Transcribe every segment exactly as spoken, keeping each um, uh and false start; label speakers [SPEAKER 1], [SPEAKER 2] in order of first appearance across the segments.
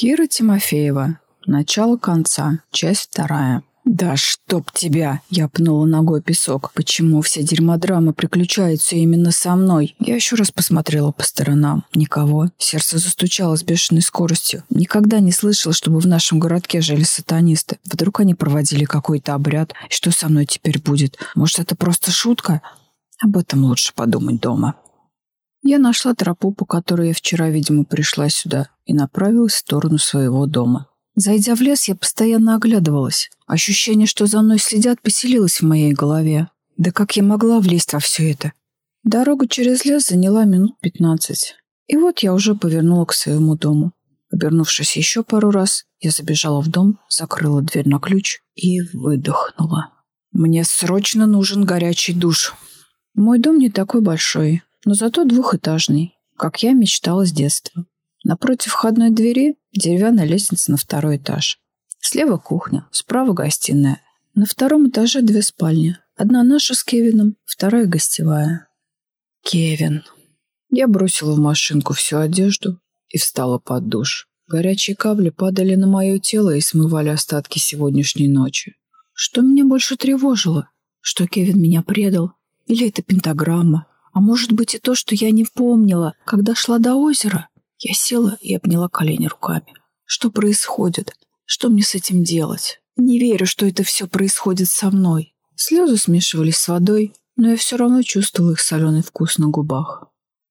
[SPEAKER 1] Кира Тимофеева. Начало конца. Часть вторая. «Да чтоб тебя!» — я пнула ногой песок. «Почему все дерьмодрамы приключаются именно со мной?» Я еще раз посмотрела по сторонам. Никого. Сердце застучало с бешеной скоростью. Никогда не слышала, чтобы в нашем городке жили сатанисты. Вдруг они проводили какой-то обряд. И что со мной теперь будет? Может, это просто шутка? Об этом лучше подумать дома. Я нашла тропу, по которой я вчера, видимо, пришла сюда, и направилась в сторону своего дома. Зайдя в лес, я постоянно оглядывалась. Ощущение, что за мной следят, поселилось в моей голове. Да как я могла влезть во все это? Дорога через лес заняла минут пятнадцать. И вот я уже повернула к своему дому. Обернувшись еще пару раз, я забежала в дом, закрыла дверь на ключ и выдохнула. Мне срочно нужен горячий душ. Мой дом не такой большой, но зато двухэтажный, как я мечтала с детства. Напротив входной двери деревянная лестница на второй этаж. Слева кухня, справа гостиная. На втором этаже две спальни. Одна наша с Кевином, вторая гостевая. Кевин. Я бросила в машинку всю одежду и встала под душ. Горячие капли падали на мое тело и смывали остатки сегодняшней ночи. Что меня больше тревожило? Что Кевин меня предал? Или это пентаграмма? А может быть и то, что я не помнила, когда шла до озера? Я села и обняла колени руками. Что происходит? Что мне с этим делать? Не верю, что это все происходит со мной. Слезы смешивались с водой, но я все равно чувствовала их соленый вкус на губах.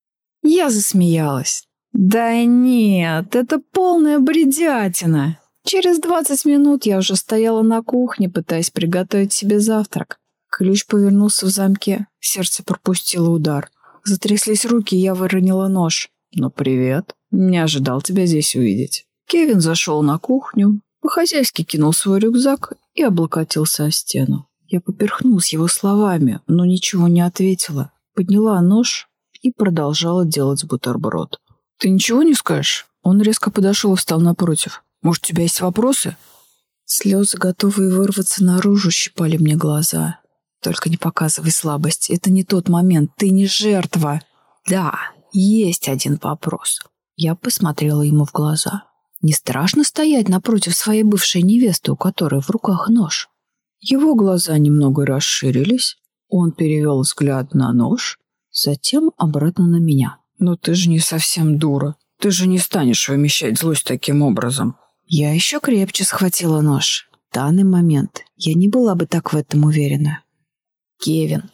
[SPEAKER 1] Я засмеялась. Да нет, это полная бредятина. Через двадцать минут я уже стояла на кухне, пытаясь приготовить себе завтрак. Ключ повернулся в замке, сердце пропустило удар. Затряслись руки, и я выронила нож. «Ну, привет. Не ожидал тебя здесь увидеть». Кевин зашел на кухню, по-хозяйски кинул свой рюкзак и облокотился о стену. Я поперхнулась его словами, но ничего не ответила. Подняла нож и продолжала делать бутерброд. «Ты ничего не скажешь?» Он резко подошел и встал напротив. «Может, у тебя есть вопросы?» Слезы, готовые вырваться наружу, щипали мне глаза. «Только не показывай слабость. Это не тот момент. Ты не жертва». «Да, есть один вопрос». Я посмотрела ему в глаза. «Не страшно стоять напротив своей бывшей невесты, у которой в руках нож?» Его глаза немного расширились. Он перевел взгляд на нож, затем обратно на меня. «Но ты же не совсем дура. Ты же не станешь вымещать злость таким образом». Я еще крепче схватила нож. В данный момент я не была бы так в этом уверена. «Кевин,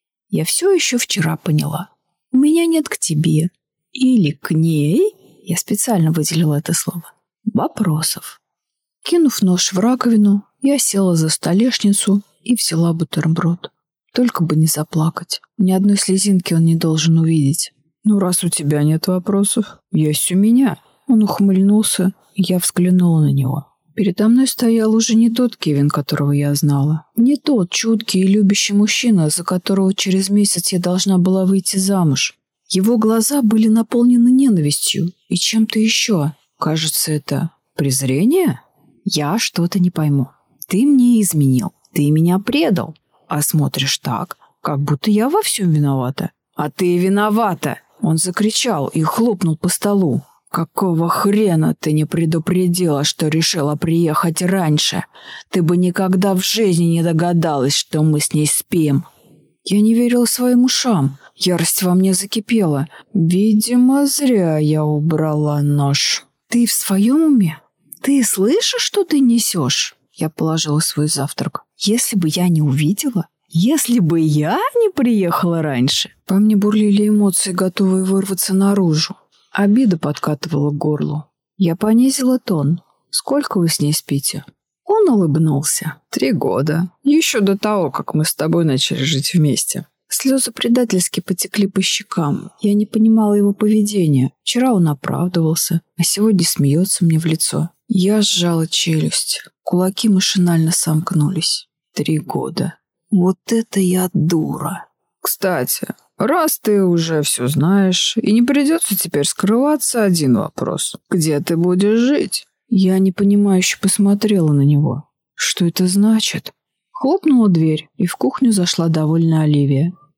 [SPEAKER 1] я все еще вчера поняла. У меня нет к тебе или к ней, я специально выделила это слово, вопросов». Кинув нож в раковину, я села за столешницу и взяла бутерброд. Только бы не заплакать. Ни одной слезинки он не должен увидеть. «Ну, раз у тебя нет вопросов, есть у меня». Он ухмыльнулся, и я взглянула на него. Передо мной стоял уже не тот Кевин, которого я знала. Не тот чуткий и любящий мужчина, за которого через месяц я должна была выйти замуж. Его глаза были наполнены ненавистью и чем-то еще. Кажется, это презрение? Я что-то не пойму. Ты мне изменил, ты меня предал. А смотришь так, как будто я во всем виновата. А ты виновата! Он закричал и хлопнул по столу. «Какого хрена ты не предупредила, что решила приехать раньше? Ты бы никогда в жизни не догадалась, что мы с ней спим». Я не верила своим ушам. Ярость во мне закипела. Видимо, зря я убрала нож. «Ты в своем уме? Ты слышишь, что ты несешь?» Я положила свой завтрак. «Если бы я не увидела, если бы я не приехала раньше». По мне бурлили эмоции, готовые вырваться наружу. Обида подкатывала к горлу. Я понизила тон. «Сколько вы с ней спите?» Он улыбнулся. «Три года. Еще до того, как мы с тобой начали жить вместе». Слезы предательски потекли по щекам. Я не понимала его поведения. Вчера он оправдывался, а сегодня смеется мне в лицо. Я сжала челюсть. Кулаки машинально сомкнулись. Три года. Вот это я дура. «Кстати, раз ты уже все знаешь, и не придется теперь скрываться, один вопрос. Где ты будешь жить?» Я непонимающе посмотрела на него. «Что это значит?» Хлопнула дверь, и в кухню зашла довольная Оливия.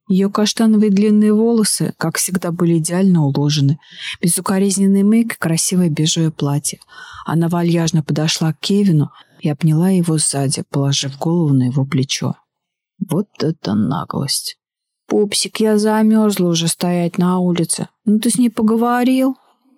[SPEAKER 1] Ее каштановые длинные волосы, как всегда, были идеально уложены. Безукоризненный мейк и красивое бежевое платье. Она вальяжно подошла к Кевину и обняла его сзади, положив голову на его плечо. Вот это наглость. «Пупсик, я замерзла уже стоять на улице. Ну ты с ней поговорил?»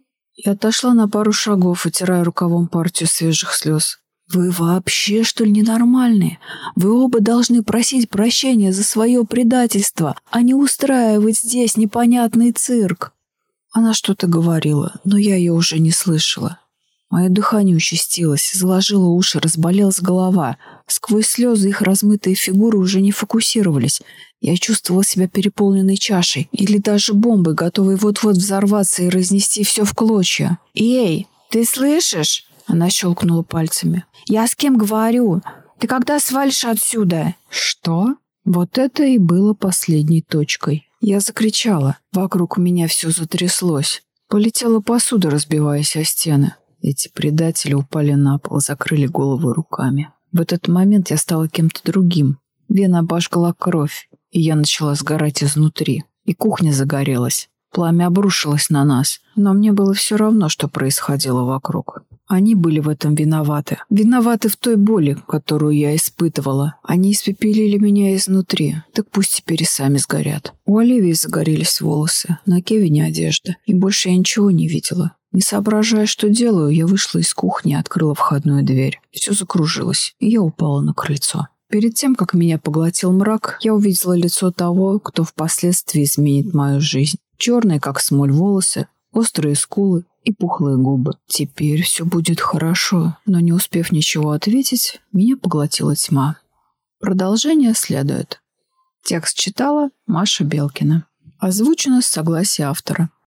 [SPEAKER 1] Я отошла на пару шагов, утирая рукавом партию свежих слез. «Вы вообще, что ли, ненормальные? Вы оба должны просить прощения за свое предательство, а не устраивать здесь непонятный цирк». Она что-то говорила, но я ее уже не слышала. Мое дыхание участилось, заложило уши, разболелась голова. Сквозь слезы их размытые фигуры уже не фокусировались. Я чувствовала себя переполненной чашей или даже бомбой, готовой вот-вот взорваться и разнести все в клочья. «Эй, ты слышишь?» Она щелкнула пальцами. «Я с кем говорю? Ты когда свалишь отсюда?» «Что?» Вот это и было последней точкой. Я закричала. Вокруг меня все затряслось. Полетела посуда, разбиваясь о стены. Эти предатели упали на пол, закрыли головы руками. В этот момент я стала кем-то другим. Вена обожгла кровь, и я начала сгорать изнутри. И кухня загорелась. Пламя обрушилось на нас, но мне было все равно, что происходило вокруг. Они были в этом виноваты. Виноваты в той боли, которую я испытывала. Они испепелили меня изнутри. Так пусть теперь и сами сгорят. У Оливии загорелись волосы, на Кевине одежда. И больше я ничего не видела. Не соображая, что делаю, я вышла из кухни и открыла входную дверь. Все закружилось, и я упала на крыльцо. Перед тем, как меня поглотил мрак, я увидела лицо того, кто впоследствии изменит мою жизнь. Черные, как смоль, волосы, острые скулы и пухлые губы. Теперь все будет хорошо, но не успев ничего ответить, меня поглотила тьма. Продолжение следует. Текст читала Маша Белкина. Озвучено с согласия автора.